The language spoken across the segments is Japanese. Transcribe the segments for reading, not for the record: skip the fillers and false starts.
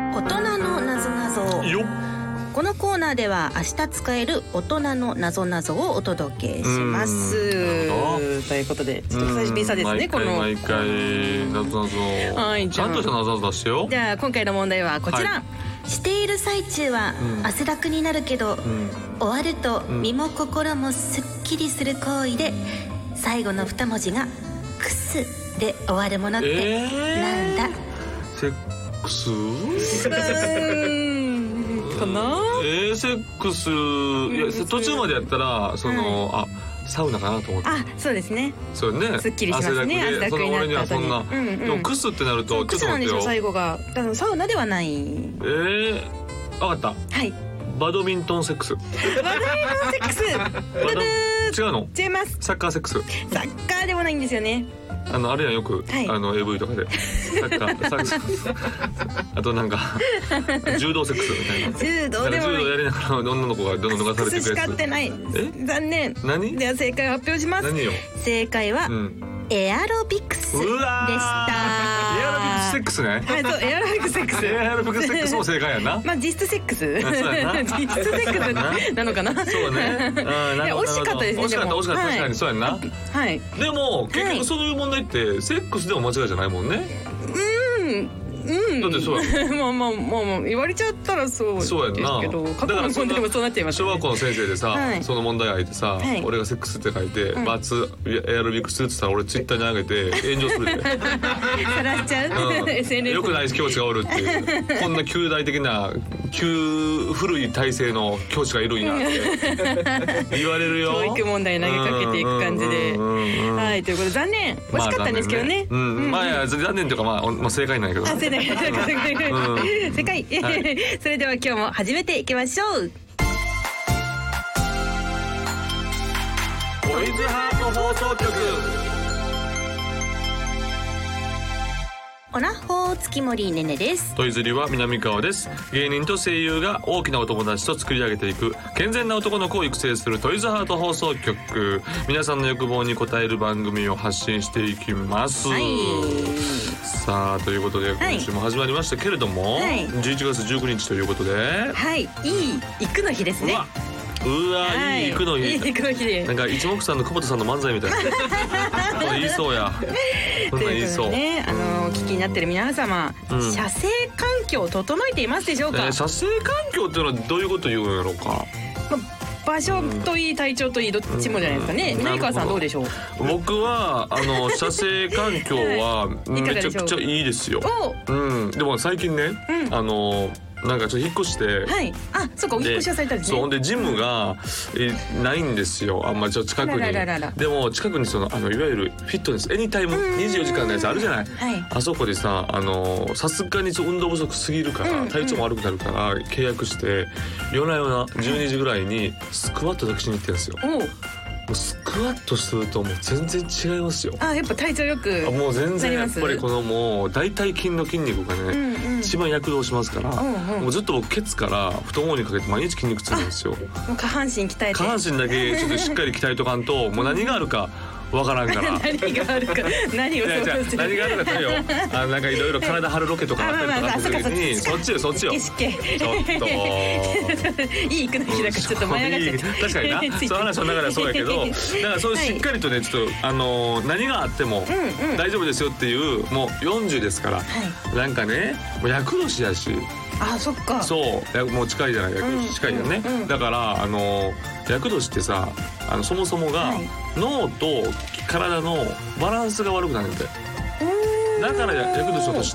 大人のなぞなぞ。 よっ。 このコーナーでは明日使える大人のなぞなぞをお届けしますということで、ちょっと久しぶりさですね、この毎回なぞなぞ、はい、ちゃんとしたなぞなぞ出してよ。 じゃあ今回の問題はこちら、はい、している最中は汗だくになるけど、終わると身も心もすっきりする行為で、最後の2文字がクスで終わるものってなんだ？ セックスかな。 セックス、いや途中までやったらその、サウナかなと思って。 そうですね。 そうね。 すっきりしますね。汗だくになった後に。 でもクスってなるとクスなんですよ最後が。だからサウナではない。 分かった。 はい。 バドミントンセックス。 バドミントンセックス。 違うの？違います。 サッカーセックス。 サッカーでもないんですよね。 あれはよく、AV とかでサッカーあとなんか柔道セックスみたいな。 柔道でもない。 柔道やりながら女の子がどんどん脱がされていくやつ。 しかってない。残念。 何？ では正解を発表します。 何よ？ 正解は、エアロビクスでした。エアロビクスセックスね。 はい、そう、エアロビクスセックス。 エアロビクスセックスも正解やな。 まあ実質セックス。実質セックスなのかな。 そうね。 惜しかったですね。 惜しかった確かにそうやんな。 はい。 でも結局そういう問題ってセックスでも間違いじゃないもんね。だってそうやまあ言われちゃったらそうですけど、過去の問題もそうなっちゃいます。 小学校の先生でさ、その問題書いてさ、俺がセックスって書いてバツエアロビクスって言ったら俺ツイッターに上げて炎上するで。 さらしちゃう。SNS。 よくない教師がおるっていう。こんな旧大的な古い体制の教師がいるんやって言われるよ。 教育問題投げかけていく感じで。はい、ということで残念。惜しかったんですけどね。 まあ残念というかまあ正解なんやけど。 正解。それでは今日も始めていきましょう。 トイズハート放送局。 オナホー月森ねねです。 トイズリは南川です。芸人と声優が大きなお友達と作り上げていく健全な男の子を育成するトイズハート放送局。皆さんの欲望に応える番組を発信していきます、さあということで今週も始まりましたけれども、11月19日ということで、 いい育の日ですね。 うわ、いい育の日。 いい育の日で。 なんか一目散の久保田さんの漫才みたいな。これ言いそうや。こんなん言いそう。 ね、お聞きになってる皆様、射精環境を整えていますでしょうか。 射精環境っていうのはどういうこと言うんやろうか。 場所といい体調といいどっちもじゃないですかね。南川さんどうでしょう。 僕は射精環境はめちゃくちゃいいですよ。でも最近ね、なんかちょっと引っ越して、 そうか、お引っ越しはされたんですね。 そうでジムがないんですよ。あんまりちょっと近くに。でも近くにいわゆるフィットネスエニタイム24時間のやつあるじゃない。あそこでさ、さすがに運動不足すぎるから体調も悪くなるから契約して、夜な夜な12時ぐらいにスクワットだけしに行ってるんですよ。スクワットするともう全然違いますよ。やっぱ体調よくもう全然やっぱりこのもう大腿筋の筋肉がね、一番躍動しますから、もうずっと僕ケツから太ももにかけて毎日筋肉痛なんですよ。 もう下半身鍛えて、 下半身だけちょっとしっかり鍛えとかんともう何があるかわからんから何があるか何を想像してる。 何があるかよ。なんかいろいろ体張るロケとかあったりとかする時にそっちよ。ちょっといい育の日だからちょっと舞い上がっちゃって。 確かにな。その話の中ではそうやけど、だからそうしっかりとね、ちょっと何があっても大丈夫ですよっていう、もう40ですから、なんかね、もう厄年やし。 そっか。 そうもう近いじゃない。厄年近いよね。だから厄年ってさ、そもそもが脳と体のバランスが悪くなるんだよ。だから厄年の年って。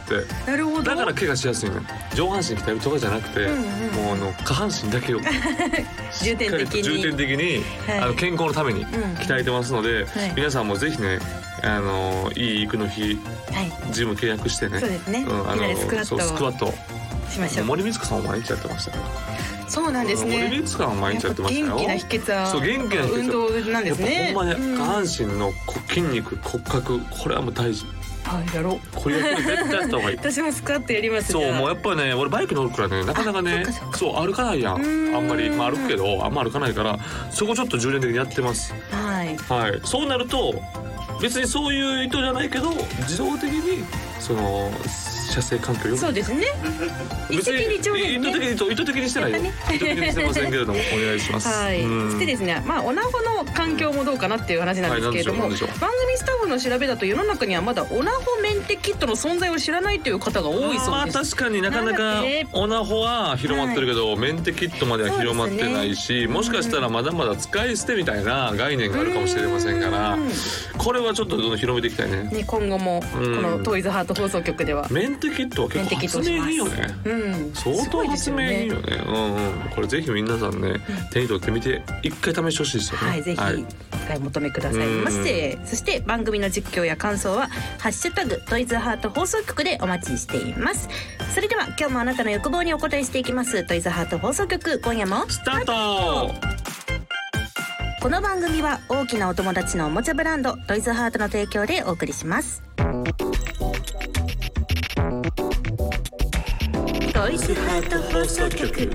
なるほど。 だから怪我しやすいのよ。上半身鍛えるとかじゃなくて、もう下半身だけを重点的に健康のために鍛えてますので、皆さんもぜひね、いい育の日ジム契約してね。 そうですね。 スクワットしましょう。 森光子さんも毎日やってましたから。 そうなんですね。 森光子さんも毎日やってましたよ。 元気な秘訣は。 そう、元気な秘訣。 運動なんですね。 ほんまね、下半身の筋肉、骨格、これはもう大事。 やろう。 これ絶対やった方がいい。 私もスクワットやります。 そう、もうやっぱりね、俺バイク乗るからね、なかなかね、そう歩かないやん。あんまり歩くけど、あんま歩かないから、そこちょっと重点的にやってます。そうなると別にそういう意図じゃないけど、自動的に射精環境よ。 そうですね。意図的にしてないよ。意図的にしてませんけれどもお願いします。はい。そしてですね、まあオナホの環境もどうかなっていう話なんですけれども、番組スタッフの調べだと世の中にはまだオナホメンテキットの存在を知らないという方が多いそうです。 まあ確かになかなかオナホは広まってるけど、メンテキットまでは広まってないし、もしかしたらまだまだ使い捨てみたいな概念があるかもしれませんから、これはちょっとどんどん広めていきたいね。今後もこのトイズハート放送局ではメンテキットは結構発明品よね。相当発明品よね。これぜひ皆さんね手に取ってみて一回試してほしいですよね。 はい、ぜひお買い求めくださいませ。そして番組の実況や感想はハッシュタグトイズハート放送局でお待ちしています。それでは今日もあなたの欲望にお答えしていきますトイズハート放送局、今夜もスタート。 この番組は大きなお友達のおもちゃブランドトイズハートの提供でお送りします。トイズハート放送局、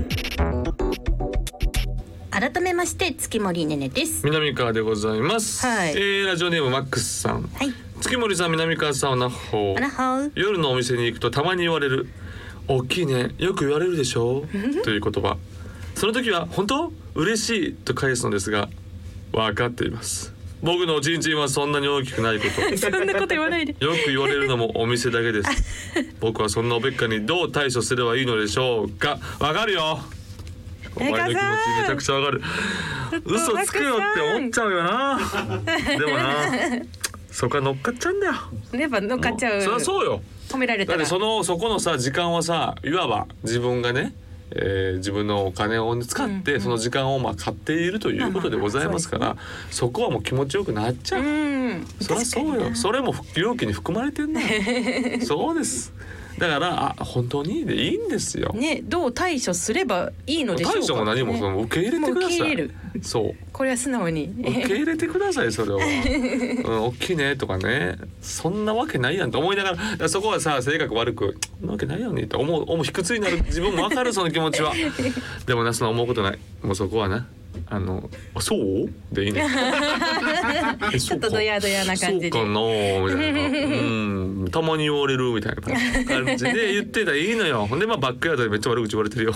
改めまして月森ねねです。 南川でございます。ラジオネームマックスさん。月森さん、南川さん、おなほ。夜のお店に行くとたまに言われる大きいね、よく言われるでしょという言葉。その時は本当嬉しいと返すのですが、分かっています。僕のおちんちんはそんなに大きくないことそんなこと言わないで。 よく言われるのもお店だけです僕はそんなおべっかにどう対処すればいいのでしょうか。わかるよ、お前の気持ちめちゃくちゃわかる。嘘つくよって思っちゃうよなでもなそこは乗っかっちゃうんだよ。 やっぱ乗っかっちゃう。 そりゃそうよ。 褒められたらだってそこのさ時間はさ、いわば自分がね、自分のお金を使ってその時間を買っているということでございますから、そこはもう気持ちよくなっちゃう。そりゃそうよ。それも料金に含まれてんだよそうです。だから本当にでいいんですよ。 ね、どう対処すればいいのでしょうか。 対処も何もその受け入れてください。そう。 これは素直に受け入れてくださいそれは。大きいねとかね、そんなわけないやんと思いながら、そこはさ性格悪くそんなわけないやんねって思う卑屈になる自分もわかるその気持ちは。でもな、その思うことない。もうそこはな。そうでいいねちょっとドヤドヤな感じでそうかなみたいなたまに言われるみたいな感じで言ってたらいいのよ。ほんでバックヤードでめっちゃ悪口言われてるよ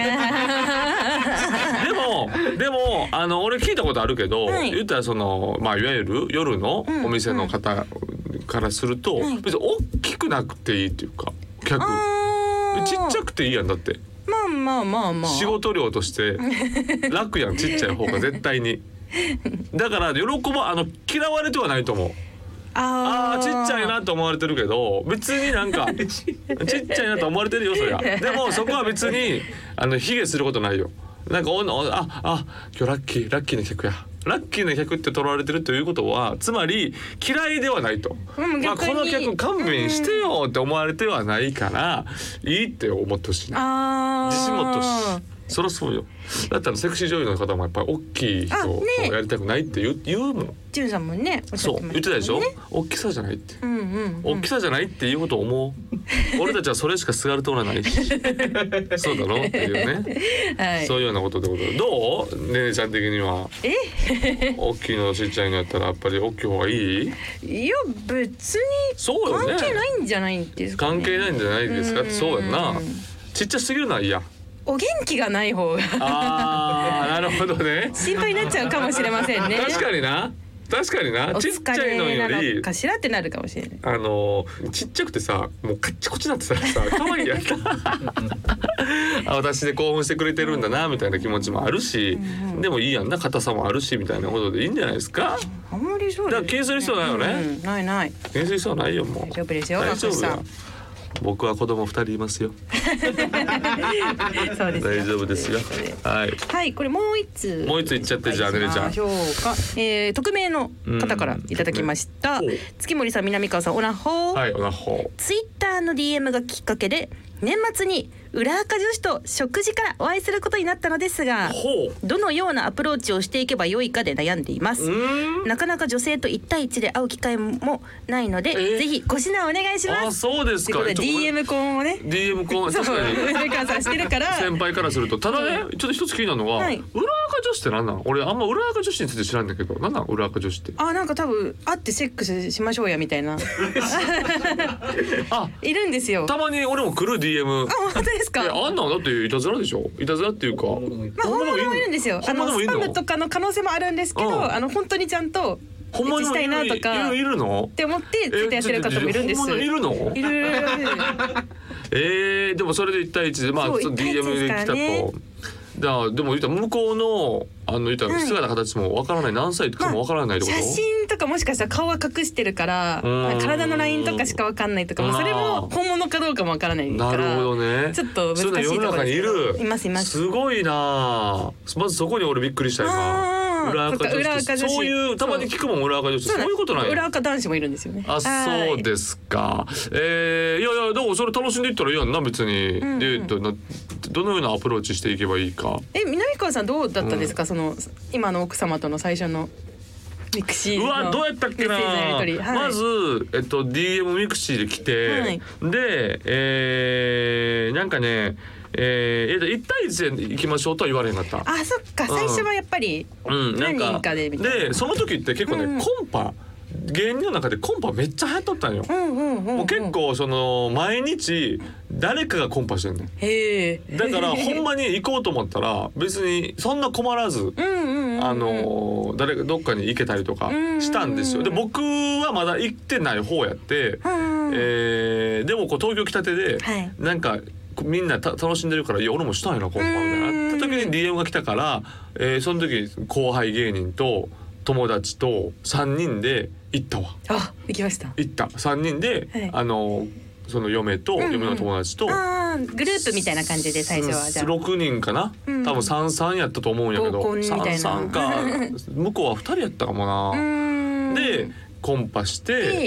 でも俺聞いたことあるけど、言ったらいわゆる夜のお店の方からすると、別に大きくなくていいっていうか、客ちっちゃくていいやん。だってまあ仕事量として楽やんちっちゃい方が絶対に。だから嫌われてはないと思う。ちっちゃいなと思われてるけど、別になんかちっちゃいなと思われてるよそりゃ。でもそこは別に卑下することないよ。なんか今日ラッキーな客や。ラッキーな客って取られてるということは、つまり嫌いではないと、この客勘弁してよって思われてはないから、いいって思ってほしいな。自信持ってほしい。そりゃそうよ。だったらセクシー女優の方もやっぱり大きい人をやりたくないって言うもん。 ジュンさんもね、 そう言ってたでしょ。大きさじゃないって、大きさじゃないっていうことを思う。俺たちはそれしかすがるところはないしそうだろっていうね、そういうようなことでございます。どうねねちゃん的には。大きいのちっちゃいのやったらやっぱり大きい方がいい？いや別に関係ないんじゃないんですかね。 関係ないんじゃないですかって。そうやんな。ちっちゃすぎるのは嫌。 お元気がない方がなるほどね。 心配になっちゃうかもしれませんね。 確かになちっちゃいのよりかしらってなるかもしれない。 ちっちゃくてさ、もうカッチコチになってたらさ可愛いやん私で興奮してくれてるんだなみたいな気持ちもあるし、でもいいやんな、硬さもあるしみたいなことでいいんじゃないですか。 あんまりそうですね。 だから気にする必要ないよね。 ない気にする必要ないよ。もう大丈夫ですよ。 大丈夫や。僕は子供2人いますよそうですよ。 大丈夫ですよ。はい、 これもう一ついっちゃって。じゃあねねちゃん、 匿名の方からいただきました。月森さん、南川さん、おなほ。 はい、おなほ。 ツイッターの DM がきっかけで年末に裏垢女子と食事からお会いすることになったのですが、どのようなアプローチをしていけばよいかで悩んでいます。なかなか女性と1対1で会う機会もないので、ぜひご指南お願いします。 そうですか。 DM 婚をね、 DM 婚確かに南川さんしてるから先輩からすると。ただね、ちょっと一つ気になるのが、裏垢女子って何なの？俺あんま裏垢女子について知らんだけど、何なの裏垢女子って。 なんか多分会ってセックスしましょうやみたいないるんですよ。 たまに俺も来る DM。 本当ですか？ あんなんだっていたずらでしょ。いたずらっていうか、 本物もいるんですよ。スパムとかの可能性もあるんですけど、本当にちゃんとほんまにしたいなとかいるのって思ってツイッターやってる方もいるんです。 ほんまにいるの？ いる。 でもそれで1対1でまあ DM で来たと。でも言ったら向こうの言ったら姿形もわからない、何歳とかもわからないってこと？ 写真とかもしかしたら顔は隠してるから体のラインとかしかわかんないとか、それも本物かどうかもわからないから。なるほどね。ちょっと難しいところですけど。世の中にいる。います。すごいな。まずそこに俺びっくりした今。裏垢女子、そういうたまに聞くもん、裏垢女子、そういうことなんや。 裏垢男子もいるんですよね。 そうですか。いやでもそれ楽しんでいったらいいやんな別に。でどのようなアプローチしていけばいいか。 南川さんどうだったんですか、その今の奥様との最初のミクシーの。 どうやったっけな。まずDM ミクシーで来て、でなんかね。1対1で行きましょうとは言われへんかった。 そっか、最初はやっぱり何人かでみたいな。 でその時って結構ね、コンパ芸人の中でコンパめっちゃ流行っとったんよ。もう結構その毎日誰かがコンパしてんの。だからほんまに行こうと思ったら別にそんな困らず誰かどっかに行けたりとかしたんですよ。で僕はまだ行ってない方やって、でも東京来たてでなんかみんな楽しんでるから、いや俺もしたいなコンパみたいなった時に DM が来たから、その時後輩芸人と友達と3人で行ったわ。 行きました。 行った3人で、その嫁と嫁の友達と、 グループみたいな感じで最初はじゃあ 6人かな、多分33やったと思うんやけど、33か向こうは2人やったかもな。でコンパして、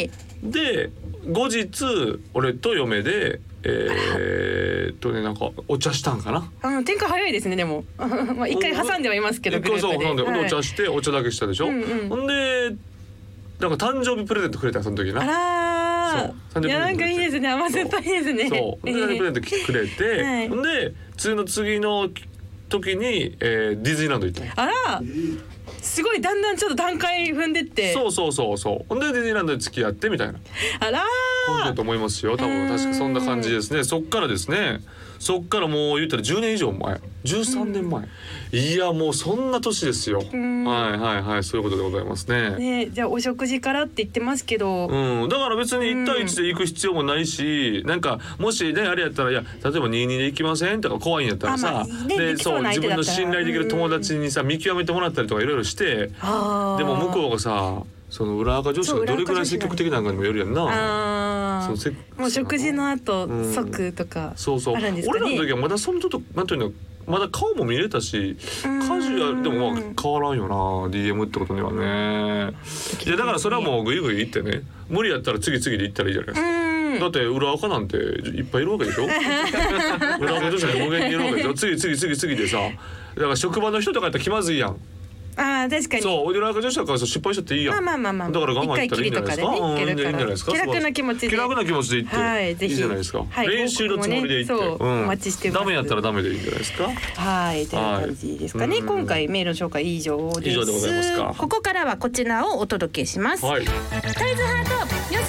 で後日俺と嫁でなんかお茶したんかな。 展開早いですね。でも一回挟んではいますけど、グループでお茶してお茶だけしたでしょ。ほんでなんか誕生日プレゼントくれたその時な。いやなんかいいですね。甘酸っぱいですね。そう誕生日プレゼントくれて、ほんで次の時にディズニーランド行った。 すごいだんだんちょっと段階踏んでって。 そうほんでディズニーランドで付き合ってみたいな。そうだと思いますよ。多分確かそんな感じですね。そっからもう言ったら10年以上前、13年前、いやもうそんな年ですよ。はいそういうことでございますね。 じゃあお食事からって言ってますけど、 だから別に1対1で行く必要もないし、なんかもしねあれやったら、いや例えば22で行きませんとか怖いんやったらさ、でそう自分の信頼できる友達にさ見極めてもらったりとかいろいろして、でも向こうがさその裏垢女子がどれくらい積極的なのかにもよるやんな。 もう食事の後即とかあるんですかね。 俺らの時はまだそのちょっとなんていうの、まだ顔も見れたしカジュアルでも変わらんよな DM ってことにはね。いやだからそれはもうグイグイ行ってね、無理やったら次々で行ったらいいじゃないですか。だって裏垢なんていっぱいいるわけでしょ。裏垢女子が無限にいるわけでしょ。次でさ、だから職場の人とかやったら気まずいやん。 確かに。 そう、裏垢女子だから失敗しちゃっていいやん。だから我慢いったらいいんじゃないですか。いいんじゃないですか。気楽な気持ちで行っていいじゃないですか。練習のつもりで行って、 お待ちしてます。 ダメやったらダメでいいんじゃないですか。 という感じですかね。今回メールの紹介以上です。 以上でございますか。 ここからはこちらをお届けします。トイズハートよせ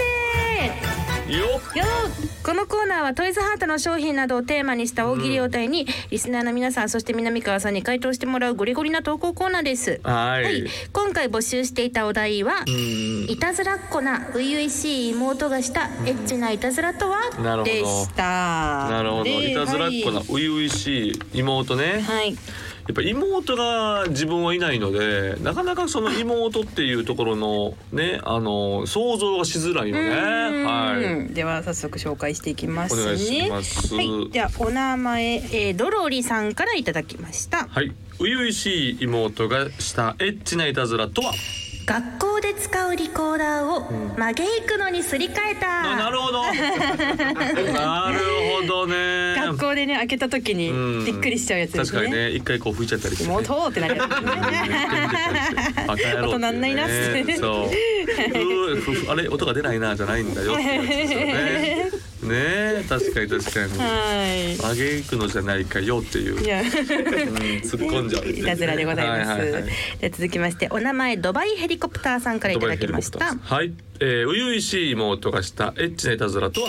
このコーナーはトイズハートの商品などをテーマにした大喜利お題にリスナーの皆さん、そして南川さんに回答してもらうゴリゴリな投稿コーナーです。今回募集していたお題は、いたずらっ子な初々しい妹がしたエッチないたずらとはでした。 なるほど。いたずらっ子な初々しい妹ね。やっぱ妹が自分はいないので、なかなかその妹っていうところのね想像がしづらいよね。 では早速紹介していきますね。 お願いします。 ではお名前、ドロリさんからいただきました。 初々しい妹がしたエッチないたずらとは。 学校で使うリコーダーを曲げいくのにすり替えた。 なるほどなるほどね。 学校でね開けた時にびっくりしちゃうやつですね。 確かにね、一回こう拭いちゃったりして、 もうとーってなるやつね。音なんないなっつって。 そうあれ音が出ないなじゃないんだよってやつですよね。ね、確かに曲げいくのじゃないかよっていう突っ込んじゃういたずらでございます。で続きましてお名前ドバイヘリコプターさんからいただきました。 初々しい妹がしたエッチないたずらとは。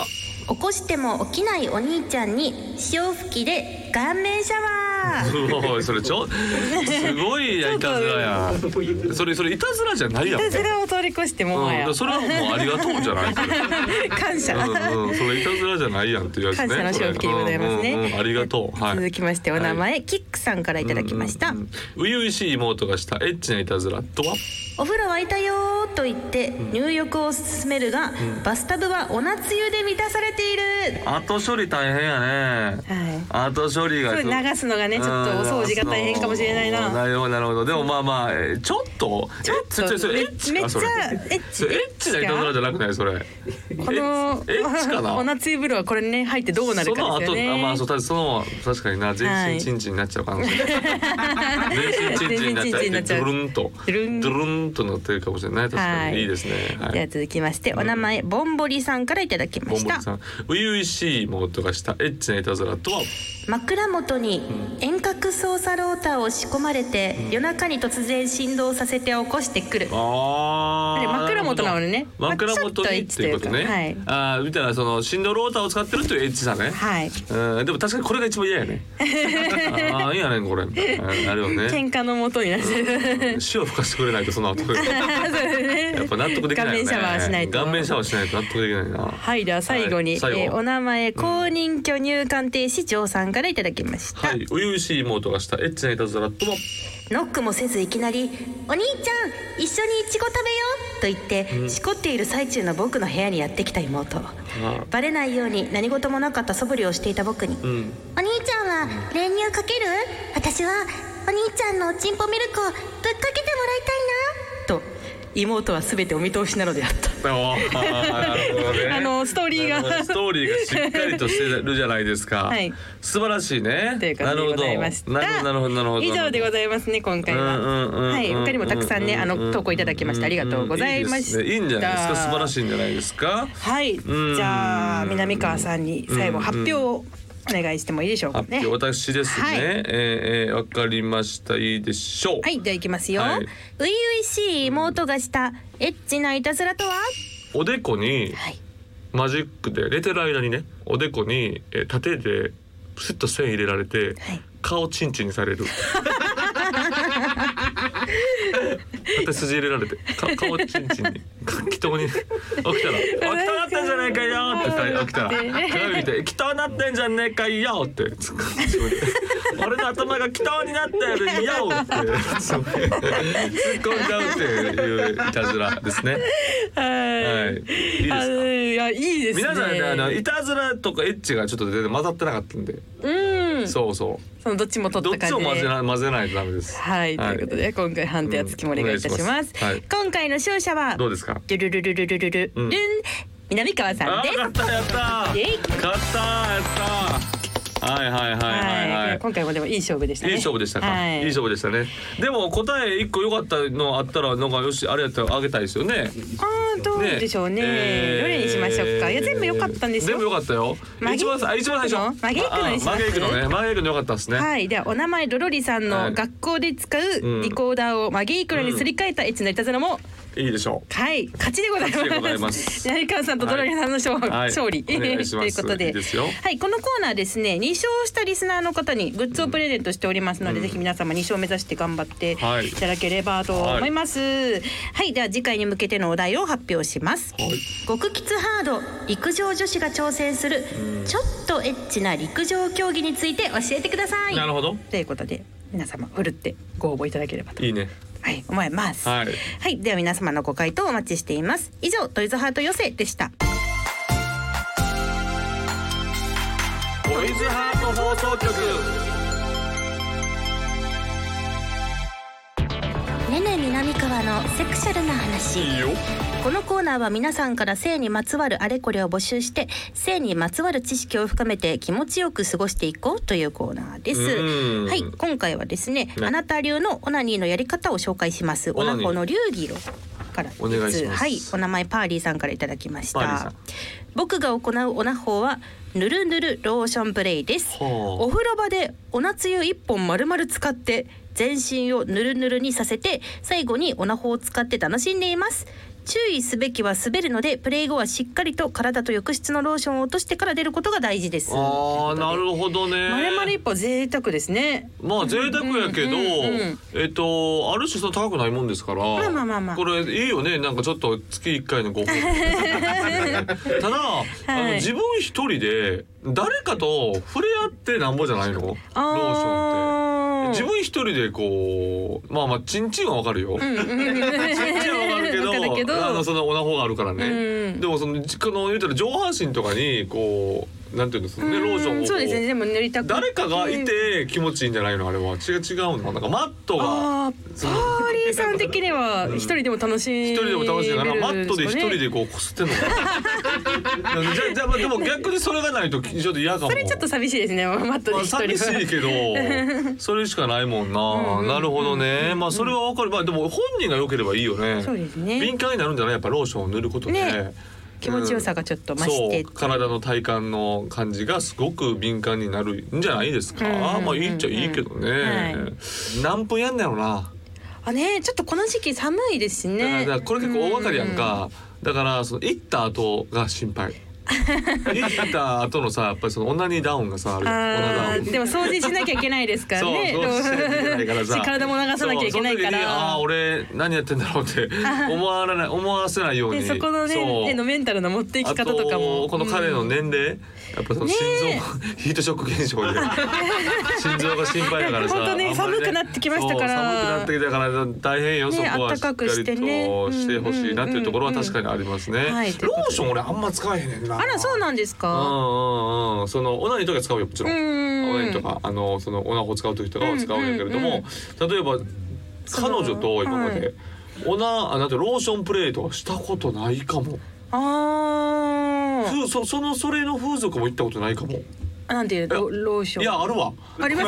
起こしても起きないお兄ちゃんに潮吹きで顔面シャワー。 それすごいやいたずらや。それいたずらじゃないやん。 いたずらを通り越してもはや、 それはもうありがとうじゃない。 感謝。 それいたずらじゃないやんっていうやつね。 感謝の潮吹きでございますね。 ありがとう。 続きましてお名前キックさんからいただきました。 初々しい妹がしたエッチないたずらとは。 お風呂沸いたよと言って入浴を勧めるが、バスタブはお夏湯で満たされている。 後処理大変やね。後処理が流すのがねちょっとお掃除が大変かもしれないな。 なるほど。でもまあちょっとめっちゃエッチ。エッチないたずらじゃなくないそれ。 このエッチかな。 お夏湯風呂はこれね入ってどうなるかですよね。 まあ確かにな、全身チンチンになっちゃう可能性。全身チンチンになっちゃう。ドゥルンとなってるかもしれない。確かにいいですね。 では続きましてお名前ボンボリさんからいただきました。 初々しい妹がしたエッチないたずらとは。 枕元に遠隔操作ローターを仕込まれて、夜中に突然振動させて起こしてくる。 あれ枕元なのにね。 枕元にっていうことね。みたいなその振動ローターを使ってるというエッチさね。でも確かにこれが一番嫌やね。いいやねんこれ。なるよね。 喧嘩の元になってる。 塩吹かしてくれないとその後。やっぱ納得できないよね。顔面シャワーしないと。顔面シャワーしないと納得できないな。 はい、では最後にお名前公認居入鑑定士長さんからいただきました。 初々しい妹がしたエッチないたずらとは。 ノックもせずいきなりお兄ちゃん一緒にイチゴ食べようと言って、しこっている最中の僕の部屋にやってきた妹。バレないように何事もなかった素振りをしていた僕に、お兄ちゃんは練乳かける？私はお兄ちゃんのおちんぽミルクをぶっかけてもらいたいなと。妹は全てお見通しなのであった。 なるほどね。 ストーリーがしっかりとしてるじゃないですか。素晴らしいね。 という感じでございました。 なるほど。 以上でございますね今回は。はい、他にもたくさんね投稿いただきました。ありがとうございました。 いいんじゃないですか。素晴らしいんじゃないですか。 はい。じゃあ南川さんに最後発表をお願いしてもいいでしょうかね。 私ですね。わかりました。いいでしょう。 はい、では行きますよ。初々しい妹がしたエッチないたずらとは。 おでこにマジックで寝てる間にね、おでこに縦でスッと線入れられて顔チンチンにされる。縦筋入れられて顔チンチンに適当に起きたら「汚なってんじゃねえかよ」って起きたら鏡見て「汚なってんじゃねえかよ」って俺の頭が汚になってるよって突っ込んじゃうっていういたずらですね。はい。いいですか。 いやいいですね。 皆さんねいたずらとかエッチがちょっと全然混ざってなかったんで。そう。そのどっちも取った感じで。 どっちを混ぜないとダメです。 はい。ということで今回判定はつきもお願いいたします。今回の勝者はどうですか。 ルルルルルルルルルン南川さんです。 勝ったやった。勝ったやった。はい。 今回もでもいい勝負でしたね。 いい勝負でしたか。いい勝負でしたね。でも答え一個良かったのあったらなんかよしあれやったらあげたいですよね。 どうでしょうね。どれにしましょうか。いや全部良かったんですよ。 全部良かったよ。一番最初。 マゲイクのにします。 マゲイクの良かったですね。 はい。ではお名前ロロリさんの学校で使うリコーダーをマゲイクロにすり替えたエッチないたずらもいいでしょう。 はい、勝ちでございます。南川さんとドロリさんの勝利ということで、はい、このコーナーですね、2勝したリスナーの方にグッズをプレゼントしておりますので、ぜひ皆様2勝目指して頑張っていただければと思います。はい、では次回に向けてのお題を発表します。極キツハード陸上女子が挑戦するちょっとエッチな陸上競技について教えてください。 なるほど。 ということで皆様ふるってご応募いただければと。 いいね。 はい、思います。 はい、 では皆様のご回答お待ちしています。以上トイズハート寄せでした。 トイズハート放送局。 ねね南川のセクシャルな話。 いいよ。 このコーナーは皆さんから性にまつわるあれこれを募集して、性にまつわる知識を深めて気持ちよく過ごしていこうというコーナーです。はい、今回はですね、あなた流のオナニーのやり方を紹介します。オナホの流儀からお願いします。 はい、お名前パーリーさんからいただきました。僕が行うオナホはぬるぬるローションプレイです。お風呂場でおなつゆ1本丸々使って全身をぬるぬるにさせて、最後にオナホを使って楽しんでいます。 注意すべきは滑るので、プレイ後はしっかりと体と浴室のローションを落としてから出ることが大事です。 ああ、なるほどね。 まるまる一歩贅沢ですね。 まあ贅沢やけど、ある種その高くないもんですから、これいいよね。なんかちょっと月1回のご褒美ただ、自分一人で誰かと触れ合ってなんぼじゃないの？ローションって。自分一人でこう、まあチンチンはわかるよ。チンチンはわかるけど、そのオナホがあるからね。でもその言うたら上半身とかにこうなんていうんですかね、ローションをそうですね、でも塗りたく誰かがいて気持ちいいんじゃないの？あれは違うの？なんかマットがパーリーさん的には一人でも楽しい、 一人でも楽しいからマットで一人でこうこすってんのかな。じゃあでも逆にそれがないとちょっと嫌かも。 それちょっと寂しいですね、マットで一人は。 寂しいけどそれしかないもんな。なるほどね。まあそれはわかる。まあでも本人が良ければいいよね。 そうですね。 敏感になるんじゃない？やっぱローションを塗ることで。 気持ちよさがちょっと増して、 体の体感の感じがすごく敏感になるんじゃないですか。まあいいっちゃいいけどね。何分やんだろうな。 ちょっとこの時期寒いですね。 だからこれ結構大掛かりやんか。だからその行った後が心配。行った後のさ、やっぱりそのオナニーダウンがさある。 でも掃除しなきゃいけないですからね。 そう掃除しなきゃいけないからさ、 体も流さなきゃいけないから。 俺何やってんだろうって思わせないように。 そこのねのメンタルの持っていき方とかも。 この彼の年齢、やっぱその心臓ヒートショック現象で心臓が心配だからさ。 本当ね、寒くなってきましたから。 寒くなってきたから大変よ。そこはしっかりとしてほしいなっていうところは確かにありますね。ローション俺あんま使えへんねんな。 あら、そうなんですか。 そのオナニーとか使うよ、もちろん。オナニーとかそのオナホ使う時とかは使うんやけれども、例えば彼女と今までなんてローションプレイとかしたことないかも。それの風俗も行ったことないかも。 なんていうローション。 いや、あるわ。 あります。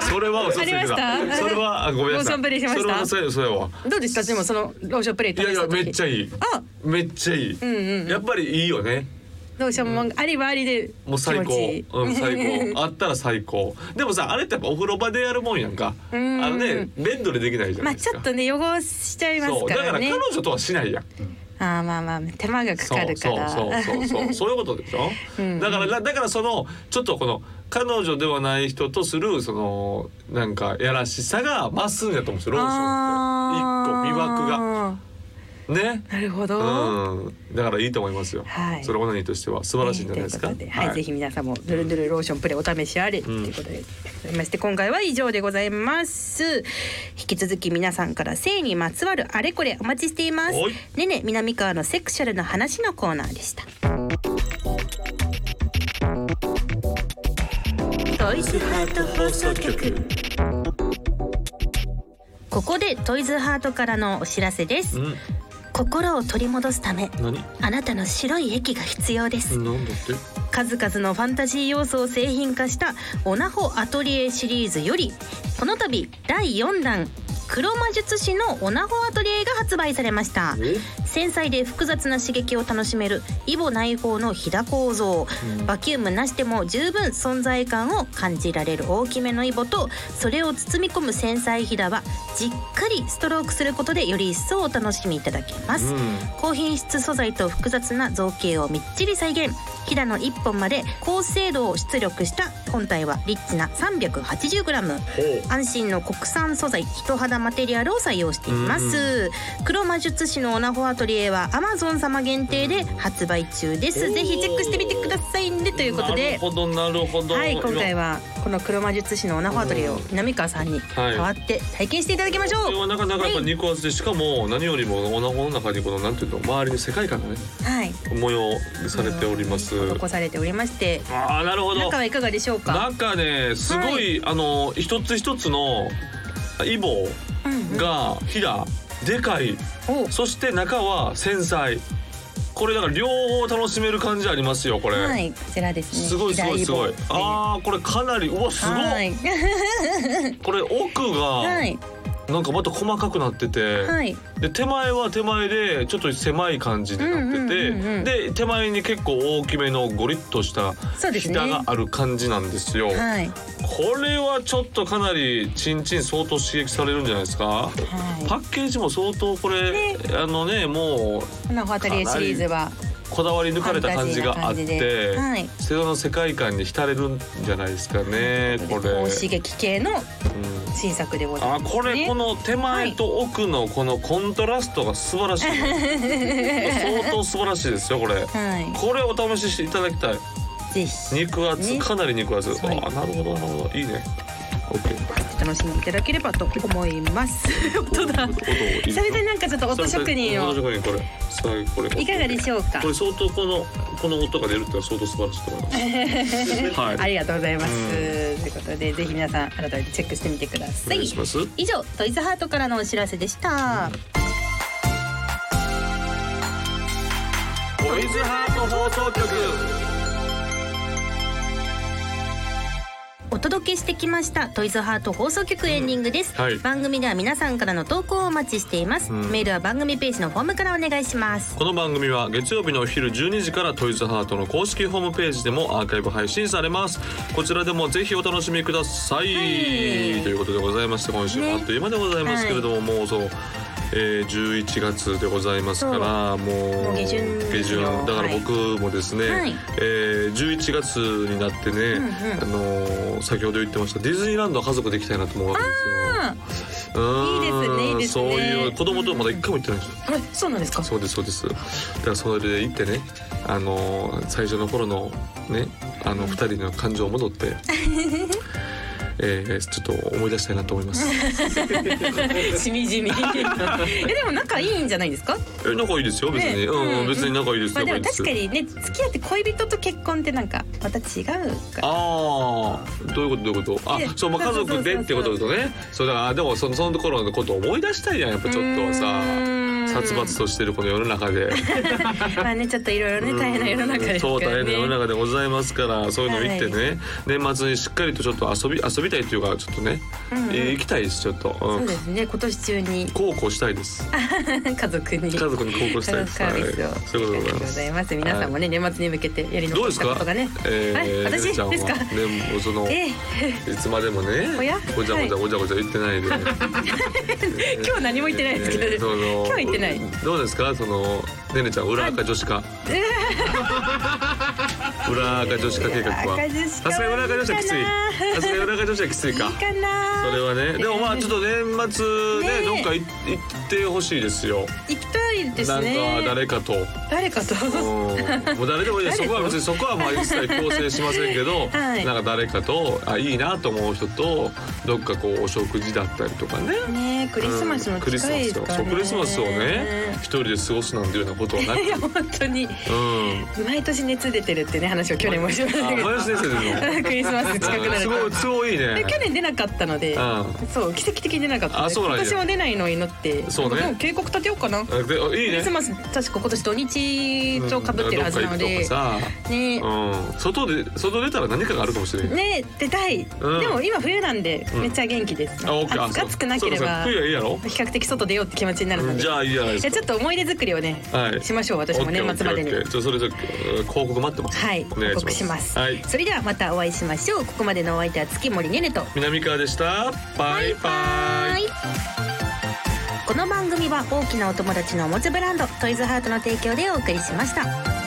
それは嘘ついてた。それはごめんなさい。 ローションプレイしました。 それは。 どうですか？でもそのローションプレイ。いやめっちゃいい。めっちゃいい。やっぱりいいよね。 ローションもありはありでもう最高。最高。あったら最高。でもさ、あれってやっぱお風呂場でやるもんやんか。ベッドでできないじゃないですか。 ちょっとね汚しちゃいますからね。 だから彼女とはしないやん。 まあ手間がかかるから。 そういうことでしょ。だからそのちょっとこの彼女ではない人とするそのなんかやらしさが増すんやと思うんですよ、ローションって。一個魅惑がね。 なるほど。 だからいいと思いますよ。それオナニーとしては素晴らしいんじゃないですか。 ぜひ皆さんもぬるぬるローションプレイお試しあれということでございまして、今回は以上でございます。引き続き皆さんから性にまつわるあれこれお待ちしています。ねね南川のセクシャルな話のコーナーでした。トイズハート放送局。ここでトイズハートからのお知らせです。心を取り戻すため、あなたの白い液が必要です。 なんだって？ 数々のファンタジー要素を製品化したオナホアトリエシリーズより、この度第4弾黒魔術師のオナホアトリエが発売されました。繊細で複雑な刺激を楽しめるイボ内包のひだ構造、バキュームなしでも十分存在感を感じられる大きめのイボと、それを包み込む繊細ひだはじっくりストロークすることでより一層お楽しみいただけます。高品質素材と複雑な造形をみっちり再現、ひだの1本まで高精度を出力した本体はリッチな 380g、 安心の国産素材人肌マテリアルを採用しています。黒魔術師のオナホアトリエは Amazon 様限定で発売中です。ぜひチェックしてみてくださいねということで、 なるほど、 はい、今回はこの黒魔術師のオナホアトリエを南川さんに代わって体験していただきましょう。 これはなかなかやっぱ肉厚で、しかも何よりもオナホの中にこのなんていうの、周りに世界観がね、模様されております。 施されておりまして、 なるほど。 中はいかがでしょうか？ 中ね、すごい、一つ一つのイボがひだでかい、そして中は繊細。これだから両方楽しめる感じありますよ、これ。 はい、こちらですね。 すごい。これかなり、うわすごい。これ奥がなんかまた細かくなってて、はい、で手前は手前でちょっと狭い感じになってて、で手前に結構大きめのゴリッとしたひだがある感じなんですよ。はい、これはちょっとかなりチンチン相当刺激されるんじゃないですか。はい、パッケージも相当これ、もう花穂あたりシリーズはこだわり抜かれた感じがあって、はい、瀬戸の世界観に浸れるんじゃないですかね。これ高刺激系の新作でございます、ね。 これこの手前と奥のこのコントラストが素晴らしい、相当素晴らしいですよこれ、はい、これお試ししていただきたい。 ぜひ肉厚、かなり肉厚、なるほどなるほど、いいね。 楽しんでいただければと思います。音だ。久々になんかちょっと音職人を。 これいかがでしょうか。 これ相当この音が出るって相当素晴らしいと思います。はい。 ありがとうございます。ということでぜひ皆さん改めてチェックしてみてください。 お願いします。 以上トイズハートからのお知らせでした。 トイズハート放送局。 お届けしてきましたトイズハート放送局エンディングです、はい、番組では皆さんからの投稿をお待ちしています、メールは番組ページのフォームからお願いします。 この番組は月曜日のお昼12時からトイズハートの公式ホームページでもアーカイブ配信されます。こちらでもぜひお楽しみください、はい、ということでございまして今週もあっという間でございますけれども、もうそう11月でございますからもう下旬だから僕もですね、はい、11月になってね、先ほど言ってましたディズニーランドは家族で行きたいなと思うわけですよ。 いいですねいいですね。 そういう子供とまだ一回も行ってないんですよ。 そうなんですか。 そうですそうです。だからそれで行ってね最初の頃のね2人の感情戻ってちょっと思い出したいなと思います。 しみじみ。でも仲いいんじゃないですか。 仲いいですよ別に、別に仲いいですよ。 でも確かにね付き合って恋人と結婚ってなんかまた違うから。 どういうことそう、家族でってことだとね。そうだからでもそのところのことを思い出したいじゃんやっぱちょっとはさ。殺伐としてるこの世の中でまあねちょっといろいろね大変な世の中ですからね。 そう大変な世の中でございますからそういうのを言ってね、年末にしっかりとちょっと遊びたいというかちょっとね、行きたいですちょっと、 そうですね今年中に孝行したいです。 家族に孝行したいです。 そういうことでございます。皆さんもね年末に向けてやり残したことがね。私ですか。 でもそのいつまでもねごちゃごちゃ言ってないで。 今日何も言ってないですけど。今日言ってない。 どうですかそのねねちゃん裏垢女子化裏垢女子化計画はさすがに裏垢女子はきつい。さすがに裏垢女子はきついか。それはねでもちょっと年末ねどっか行ってほしいですよ。 行きたいですね。 なんか誰かともう誰でもいいです。そこは別にそこは一切強制しませんけど、なんか誰かといいなと思う人とどっかこうお食事だったりとかね。 クリスマスの近いですからね。 クリスマスをね一人で過ごすなんていうようなことはなく。 いや本当に毎年熱出てるってね話を去年もしましたけど。 毎年熱出てるの。 クリスマス近くなるとすごいいいね。 去年出なかったのでそう奇跡的に出なかったので今年も出ないのを祈ってもう警告立てようかな。いいね。クリスマス確か今年土日と被ってるはずなのでね。 外出たら何かがあるかもしれないね。出たい。でも今冬なんでめっちゃ元気です。暑くなければ比較的外出ようって気持ちになるので。 じゃあいいじゃないですか。 ちょっと思い出作りをねしましょう。私も年末までにそれで広告待ってます。 はい報告します。それではまたお会いしましょう。ここまでのお相手は月森ねねと南川でした。バイバイ。 この番組は大きなお友達のおもちゃブランドトイズハートの提供でお送りしました。